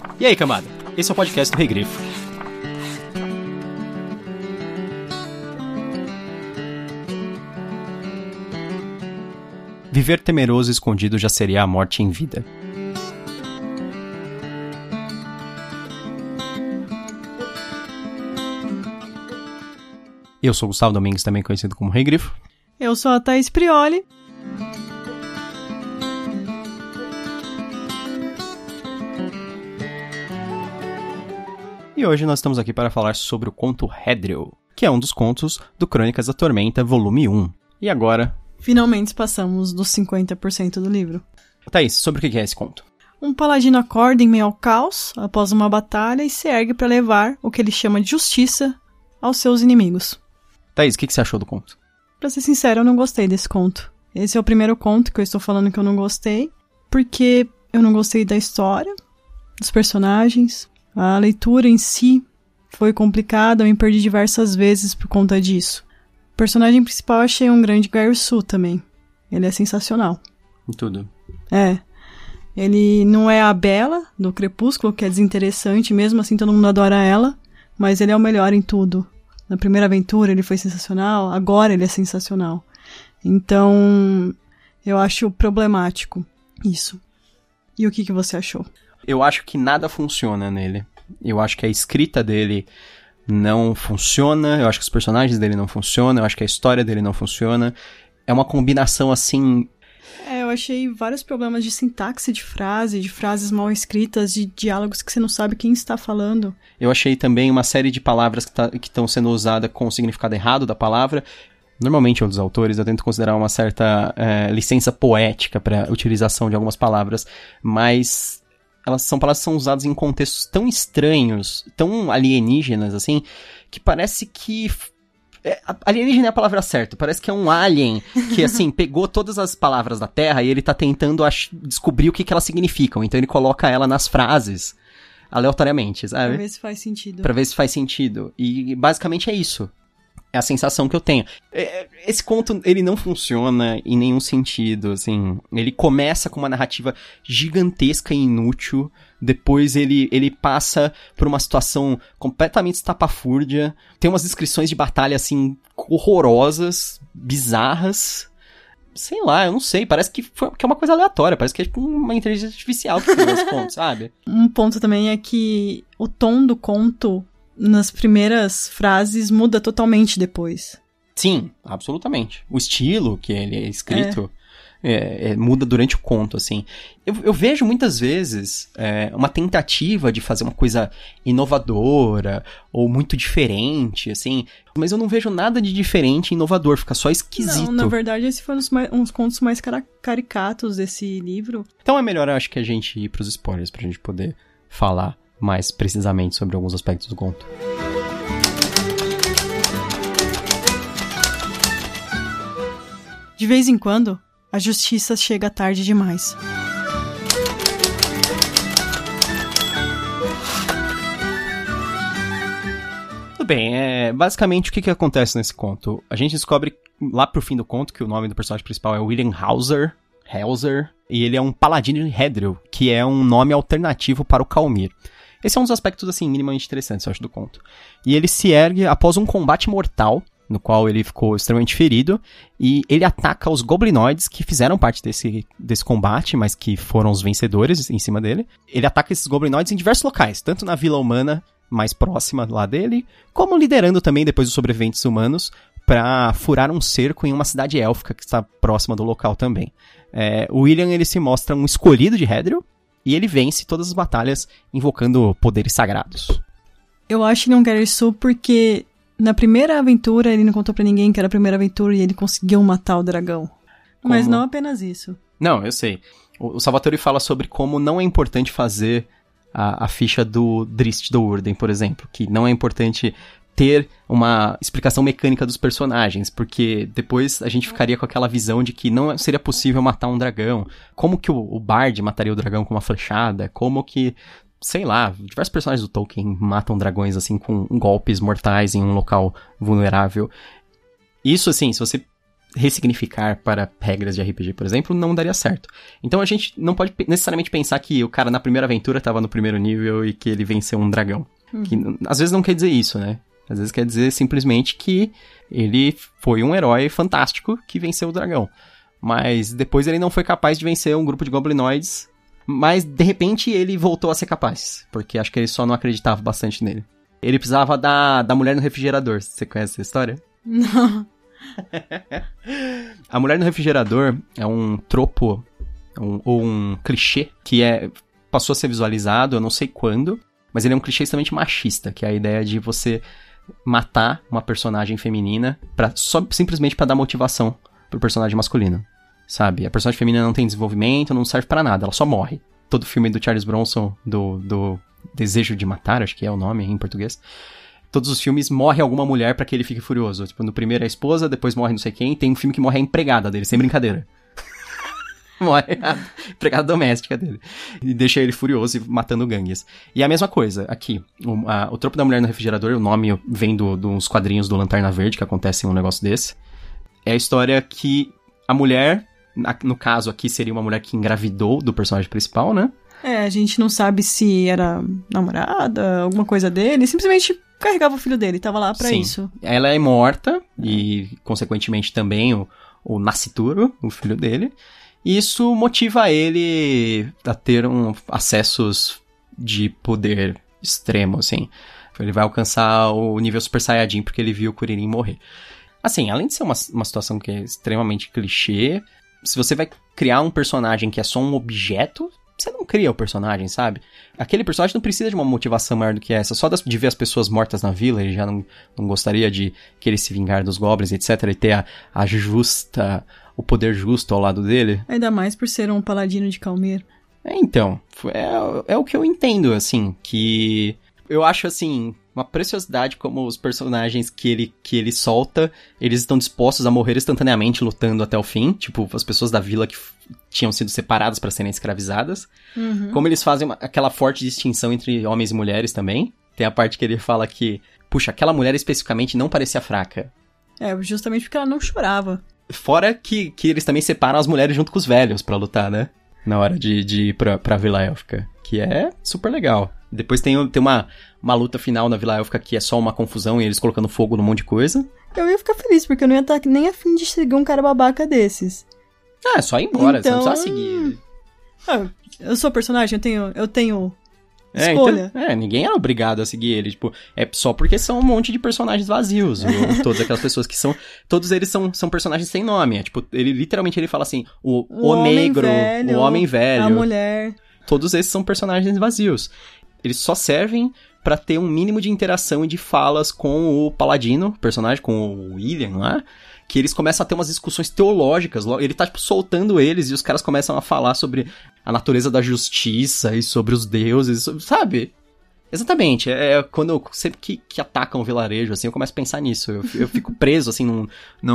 E aí, cambada? Esse é o podcast do Rei Grifo. Viver temeroso e escondido já seria a morte em vida. Eu sou o Gustavo Domingues, também conhecido como Rei Grifo. Eu sou a Thaís Prioli. E hoje nós estamos aqui para falar sobre o conto Hedril, que é um dos contos do Crônicas da Tormenta, volume 1. E agora... finalmente passamos dos 50% do livro. Thaís, sobre o que é esse conto? Um paladino acorda em meio ao caos, após uma batalha, e se ergue para levar o que ele chama de justiça aos seus inimigos. Thaís, o que você achou do conto? Pra ser sincero, eu não gostei desse conto. Esse é o primeiro conto que eu estou falando que eu não gostei, porque eu não gostei da história, dos personagens. A leitura em si foi complicada, eu me perdi diversas vezes por conta disso. O personagem principal eu achei um grande Garçu também. Ele é sensacional. Em tudo. É. Ele não é a Bela do Crepúsculo, que é desinteressante, mesmo assim todo mundo adora ela, mas ele é o melhor em tudo. Na primeira aventura ele foi sensacional, agora ele é sensacional. Então, eu acho problemático isso. E o que você achou? Eu acho que nada funciona nele. Eu acho que a escrita dele não funciona, eu acho que os personagens dele não funcionam, eu acho que a história dele não funciona. É uma combinação assim... eu achei vários problemas de sintaxe de frase, de frases mal escritas, de diálogos que você não sabe quem está falando. Eu achei também uma série de palavras que estão sendo usadas com o significado errado da palavra. Normalmente, um dos autores, eu tento considerar uma certa licença poética para a utilização de algumas palavras, mas elas são palavras que são usadas em contextos tão estranhos, tão alienígenas, assim, que parece que... alienígena é a palavra certa, parece que é um alien que, assim, pegou todas as palavras da Terra e ele tá tentando descobrir o que elas significam, então ele coloca ela nas frases, aleatoriamente, sabe? Pra ver se faz sentido. Pra ver se faz sentido, e basicamente é isso. É a sensação que eu tenho. Esse conto, ele não funciona em nenhum sentido, assim. Ele começa com uma narrativa gigantesca e inútil. Depois ele passa por uma situação completamente estapafúrdia. Tem umas descrições de batalha, assim, horrorosas, bizarras. Sei lá, eu não sei. Parece que é uma coisa aleatória. Parece que é tipo uma inteligência artificial que fez os contos, sabe? Um ponto também é que o tom do conto... nas primeiras frases muda totalmente depois. Sim, absolutamente. O estilo que ele é escrito muda durante o conto, assim. Eu vejo muitas vezes uma tentativa de fazer uma coisa inovadora ou muito diferente, assim, mas eu não vejo nada de diferente e inovador, fica só esquisito. Não, na verdade, esse foi uns contos mais caricatos desse livro. Então é melhor, eu acho, que a gente ir pros spoilers pra gente poder falar mais precisamente sobre alguns aspectos do conto. De vez em quando, a justiça chega tarde demais. Tudo bem, basicamente o que acontece nesse conto? A gente descobre lá pro fim do conto que o nome do personagem principal é William Hauser, e ele é um paladino de Hedril, que é um nome alternativo para o Calmir. Esse é um dos aspectos, assim, minimamente interessantes, eu acho, do conto. E ele se ergue após um combate mortal, no qual ele ficou extremamente ferido, e ele ataca os goblinoides que fizeram parte desse combate, mas que foram os vencedores em cima dele. Ele ataca esses goblinoides em diversos locais, tanto na vila humana mais próxima lá dele, como liderando também, depois, os sobreviventes humanos, para furar um cerco em uma cidade élfica que está próxima do local também. O William, ele se mostra um escolhido de Hedril, e ele vence todas as batalhas invocando poderes sagrados. Eu acho que não quer isso porque na primeira aventura ele não contou pra ninguém que era a primeira aventura e ele conseguiu matar o dragão. Como? Mas não apenas isso. Não, eu sei. O Salvatore fala sobre como não é importante fazer a ficha do Drizzt Do'Urden, por exemplo. Que não é importante ter uma explicação mecânica dos personagens, porque depois a gente ficaria com aquela visão de que não seria possível matar um dragão. Como que o Bard mataria o dragão com uma flechada? Como que, sei lá, diversos personagens do Tolkien matam dragões assim com golpes mortais em um local vulnerável. Isso, assim, se você ressignificar para regras de RPG, por exemplo, não daria certo. Então a gente não pode necessariamente pensar que o cara na primeira aventura tava no primeiro nível e que ele venceu um dragão. Que às vezes não quer dizer isso, né? Às vezes quer dizer simplesmente que ele foi um herói fantástico que venceu o dragão. Mas depois ele não foi capaz de vencer um grupo de goblinoides. Mas de repente ele voltou a ser capaz. Porque acho que ele só não acreditava bastante nele. Ele precisava da mulher no refrigerador. Você conhece essa história? Não. A mulher no refrigerador é um tropo, ou um clichê, que passou a ser visualizado, eu não sei quando, mas ele é um clichê extremamente machista, que é a ideia de você matar uma personagem feminina simplesmente pra dar motivação pro personagem masculino, sabe? A personagem feminina não tem desenvolvimento, não serve pra nada, ela só morre. Todo filme do Charles Bronson, do Desejo de Matar, acho que é o nome em português, todos os filmes morre alguma mulher pra que ele fique furioso. Tipo, no primeiro é a esposa, depois morre não sei quem, tem um filme que morre a empregada dele, sem brincadeira. Morre a empregada doméstica dele. E deixa ele furioso e matando gangues. E a mesma coisa, aqui, o tropo da mulher no refrigerador, o nome vem dos quadrinhos do Lanterna Verde, que acontece um negócio desse. É a história que a mulher, no caso aqui seria uma mulher que engravidou do personagem principal, né? A gente não sabe se era namorada, alguma coisa dele, simplesmente carregava o filho dele, tava lá pra isso. Ela é morta, e consequentemente também o nascituro, o filho dele. E isso motiva ele a ter acessos de poder extremo, assim. Ele vai alcançar o nível Super Saiyajin porque ele viu o Kuririn morrer. Assim, além de ser uma situação que é extremamente clichê, se você vai criar um personagem que é só um objeto, você não cria o personagem, sabe? Aquele personagem não precisa de uma motivação maior do que essa. Só de ver as pessoas mortas na vila, ele já não gostaria de querer se vingar dos goblins, etc. E ter o poder justo ao lado dele. Ainda mais por ser um paladino de Calmeiro. Então, é o que eu entendo, assim, que eu acho, assim, uma preciosidade como os personagens que ele solta, eles estão dispostos a morrer instantaneamente lutando até o fim, tipo, as pessoas da vila que tinham sido separadas para serem escravizadas. Uhum. Como eles fazem aquela forte distinção entre homens e mulheres também. Tem a parte que ele fala que, puxa, aquela mulher especificamente não parecia fraca. Justamente porque ela não chorava. Fora que eles também separam as mulheres junto com os velhos pra lutar, né? Na hora de ir pra Vila Élfica. Que é super legal. Depois tem uma luta final na Vila Élfica que é só uma confusão e eles colocando fogo num monte de coisa. Eu ia ficar feliz, porque eu não ia estar nem a fim de seguir um cara babaca desses. É só ir embora, então... você não precisa seguir ele. Eu sou personagem, eu tenho escolha. Então, ninguém é obrigado a seguir ele, tipo, é só porque são um monte de personagens vazios, ou todas aquelas pessoas que são, todos eles são personagens sem nome, tipo, ele literalmente fala assim, o negro, velho, o homem velho, a mulher, todos esses são personagens vazios, eles só servem pra ter um mínimo de interação e de falas com o paladino, personagem, com o William lá, que eles começam a ter umas discussões teológicas, ele tá, tipo, soltando eles e os caras começam a falar sobre a natureza da justiça e sobre os deuses, sabe? Exatamente, quando sempre que atacam o vilarejo, assim, eu começo a pensar nisso, eu fico preso, assim,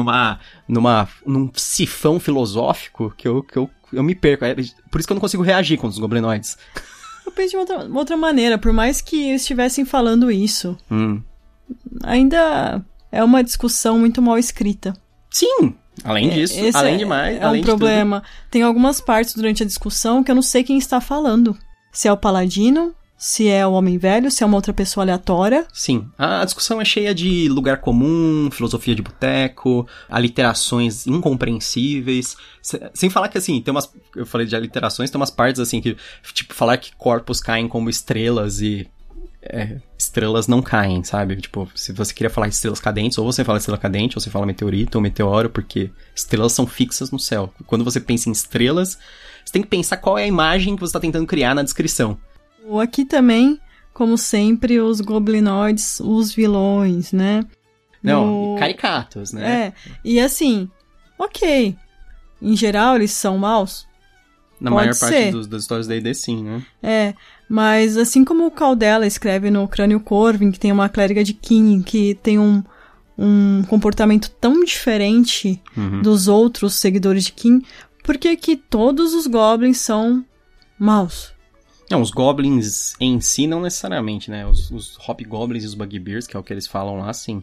num sifão filosófico que eu me perco, por isso que eu não consigo reagir com os goblinoides. Eu penso de uma outra maneira, por mais que eles estivessem falando isso, ainda... é uma discussão muito mal escrita. Sim, além disso, além de mais. É um problema. Tem algumas partes durante a discussão que eu não sei quem está falando. Se é o paladino, se é o homem velho, se é uma outra pessoa aleatória. Sim, a discussão é cheia de lugar comum, filosofia de boteco, aliterações incompreensíveis. Sem falar que, assim, eu falei de aliterações, tem umas partes, assim, que, tipo, falar que corpos caem como estrelas e... estrelas não caem, sabe? Tipo, se você queria falar estrelas cadentes, ou você fala estrela cadente, ou você fala meteorito ou meteoro, porque estrelas são fixas no céu. Quando você pensa em estrelas, você tem que pensar qual é a imagem que você está tentando criar na descrição. Aqui também, como sempre, os goblinoides, os vilões, né? Não, caricatos, né? E assim, ok. Em geral, eles são maus. Na maior parte das histórias da D&D, sim, né? Mas assim como o Caldela escreve no Crânio Corvin, que tem uma clériga de Kin, que tem um comportamento tão diferente dos outros seguidores de Kin, por que todos os goblins são maus? Não, os goblins em si não necessariamente, né? Os hobgoblins e os bugbears, que é o que eles falam lá, sim.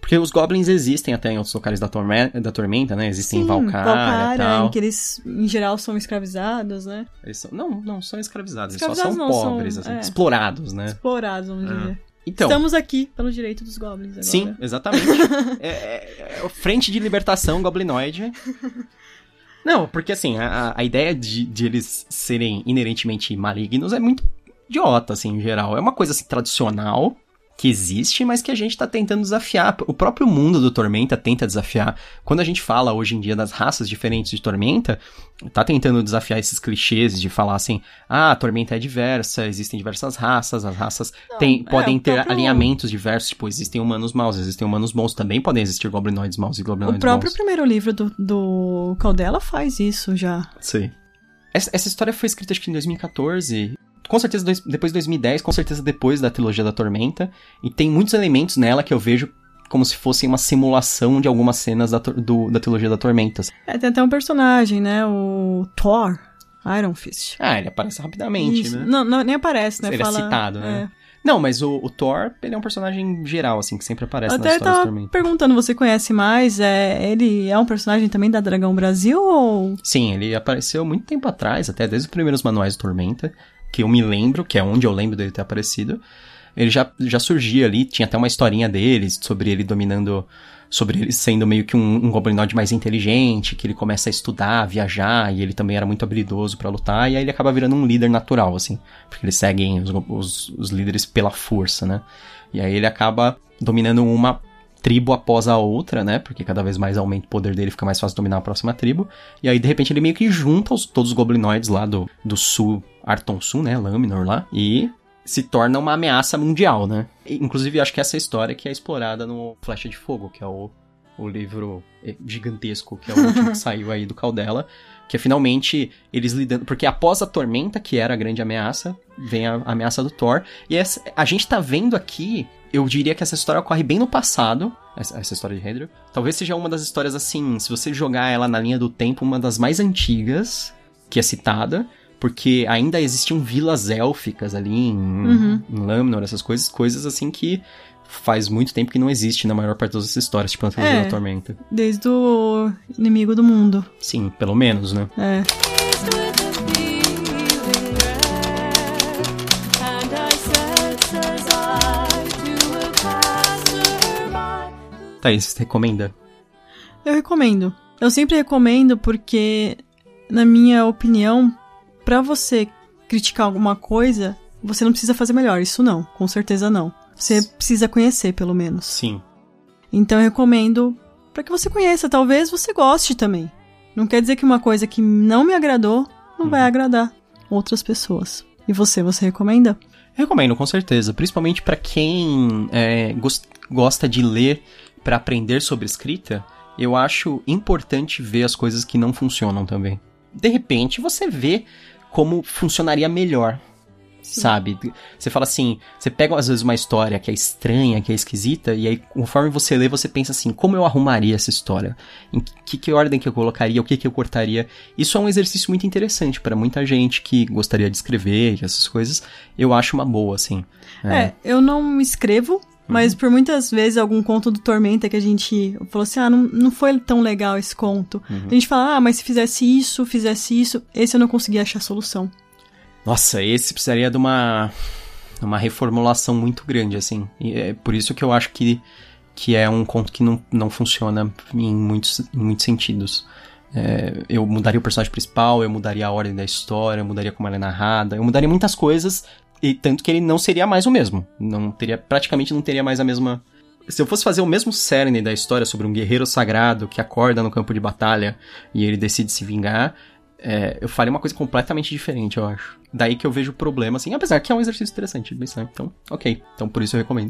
Porque os goblins existem até em outros locais da Tormenta, né? Existem em Valkyria e tal. Em que eles, em geral, são escravizados, né? Eles são, não são escravizados, eles só são pobres, assim, explorados, né? Explorados, vamos dizer. Então, estamos aqui pelo direito dos goblins agora. Sim, exatamente. é frente de libertação goblinoide. Não, porque assim, a ideia de eles serem inerentemente malignos é muito idiota, assim, em geral. É uma coisa assim, tradicional, que existe, mas que a gente tá tentando desafiar. O próprio mundo do Tormenta tenta desafiar. Quando a gente fala hoje em dia das raças diferentes de Tormenta, tá tentando desafiar esses clichês de falar assim, a Tormenta é diversa, existem diversas raças, as raças podem ter alinhamentos diversos, tipo, existem humanos maus, existem humanos bons, também podem existir goblinoides maus e goblinoides bons. O próprio primeiro livro do Caldela faz isso já. Sim. Essa história foi escrita acho que em 2014... Com certeza depois de 2010, com certeza depois da trilogia da Tormenta. E tem muitos elementos nela que eu vejo como se fossem uma simulação de algumas cenas da trilogia da Tormenta. Tem até um personagem, né? O Thor, Iron Fist. Ele aparece rapidamente, Isso. né? Não, nem aparece, né? Ele é citado, né? Não, mas o Thor, ele é um personagem geral, assim, que sempre aparece nas histórias da Tormenta. Perguntando, você conhece mais? Ele é um personagem também da Dragão Brasil ou... Sim, ele apareceu muito tempo atrás, até desde os primeiros manuais de Tormenta, que eu me lembro, que é onde eu lembro dele ter aparecido. Ele já surgia ali, tinha até uma historinha deles, sobre ele sendo meio que um goblinoide mais inteligente, que ele começa a estudar, a viajar, e ele também era muito habilidoso pra lutar, e aí ele acaba virando um líder natural, assim, porque eles seguem os líderes pela força, né? E aí ele acaba dominando uma tribo após a outra, né? Porque cada vez mais aumenta o poder dele, fica mais fácil dominar a próxima tribo. E aí, de repente, ele meio que junta todos os goblinoides lá do sul, Arton Sul, né? Lâminor lá. E se torna uma ameaça mundial, né? Inclusive, acho que essa história que é explorada no Flecha de Fogo, que é o livro gigantesco, que é o último que saiu aí do Caldela. Que é finalmente eles lidando... Porque após a Tormenta, que era a grande ameaça, vem a ameaça do Thor. E a gente tá vendo aqui... Eu diria que essa história ocorre bem no passado, essa história de Hedriel. Talvez seja uma das histórias, assim, se você jogar ela na linha do tempo, uma das mais antigas que é citada, porque ainda existiam vilas élficas ali em Lâminor, essas coisas assim que faz muito tempo que não existe na maior parte das histórias, tipo na trilogia da Tormenta. Desde o Inimigo do Mundo. Sim, pelo menos, né? Thaís, você recomenda? Eu recomendo. Eu sempre recomendo porque, na minha opinião, pra você criticar alguma coisa, você não precisa fazer melhor. Isso não, com certeza não. Você precisa conhecer, pelo menos. Sim. Então eu recomendo pra que você conheça. Talvez você goste também. Não quer dizer que uma coisa que não me agradou não vai agradar outras pessoas. E você recomenda? Recomendo, com certeza. Principalmente pra quem gosta de ler pra aprender sobre escrita, eu acho importante ver as coisas que não funcionam também. De repente, você vê como funcionaria melhor, sabe? Você fala assim, você pega às vezes uma história que é estranha, que é esquisita, e aí conforme você lê, você pensa assim, como eu arrumaria essa história? Em que ordem que eu colocaria? O que eu cortaria? Isso é um exercício muito interessante para muita gente que gostaria de escrever e essas coisas. Eu acho uma boa, assim. Eu não escrevo, mas por muitas vezes algum conto do Tormenta que a gente falou assim, não foi tão legal esse conto. A gente fala, mas se fizesse isso, esse eu não consegui achar solução. Nossa, esse precisaria de uma reformulação muito grande, assim. E é por isso que eu acho que é um conto que não funciona em muitos sentidos. Eu mudaria o personagem principal, eu mudaria a ordem da história, eu mudaria como ela é narrada, eu mudaria muitas coisas... E tanto que ele não seria mais o mesmo. Praticamente não teria mais a mesma... Se eu fosse fazer o mesmo cerne da história sobre um guerreiro sagrado que acorda no campo de batalha e ele decide se vingar, eu faria uma coisa completamente diferente, eu acho. Daí que eu vejo o problema, assim, apesar que é um exercício interessante de pensar. Então, ok. Então, por isso eu recomendo.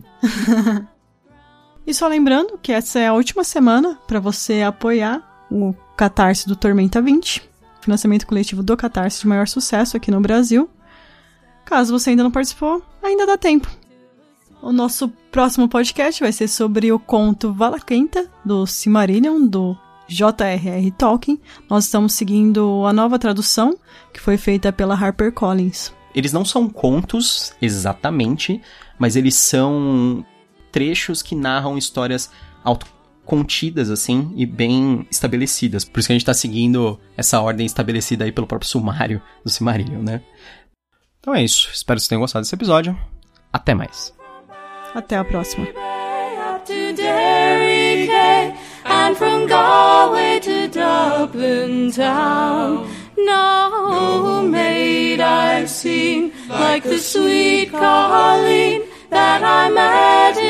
E só lembrando que essa é a última semana para você apoiar o Catarse do Tormenta 20, financiamento coletivo do Catarse de maior sucesso aqui no Brasil. Caso você ainda não participou, ainda dá tempo. O nosso próximo podcast vai ser sobre o conto Valakenta, do Silmarillion, do J.R.R. Tolkien. Nós estamos seguindo a nova tradução, que foi feita pela HarperCollins. Eles não são contos, exatamente, mas eles são trechos que narram histórias autocontidas, assim, e bem estabelecidas. Por isso que a gente tá seguindo essa ordem estabelecida aí pelo próprio sumário do Silmarillion, né? Então é isso. Espero que vocês tenham gostado desse episódio. Até mais. Até a próxima. And from Galway to Dublin town, no maid I've seen like the sweet Colleen that I met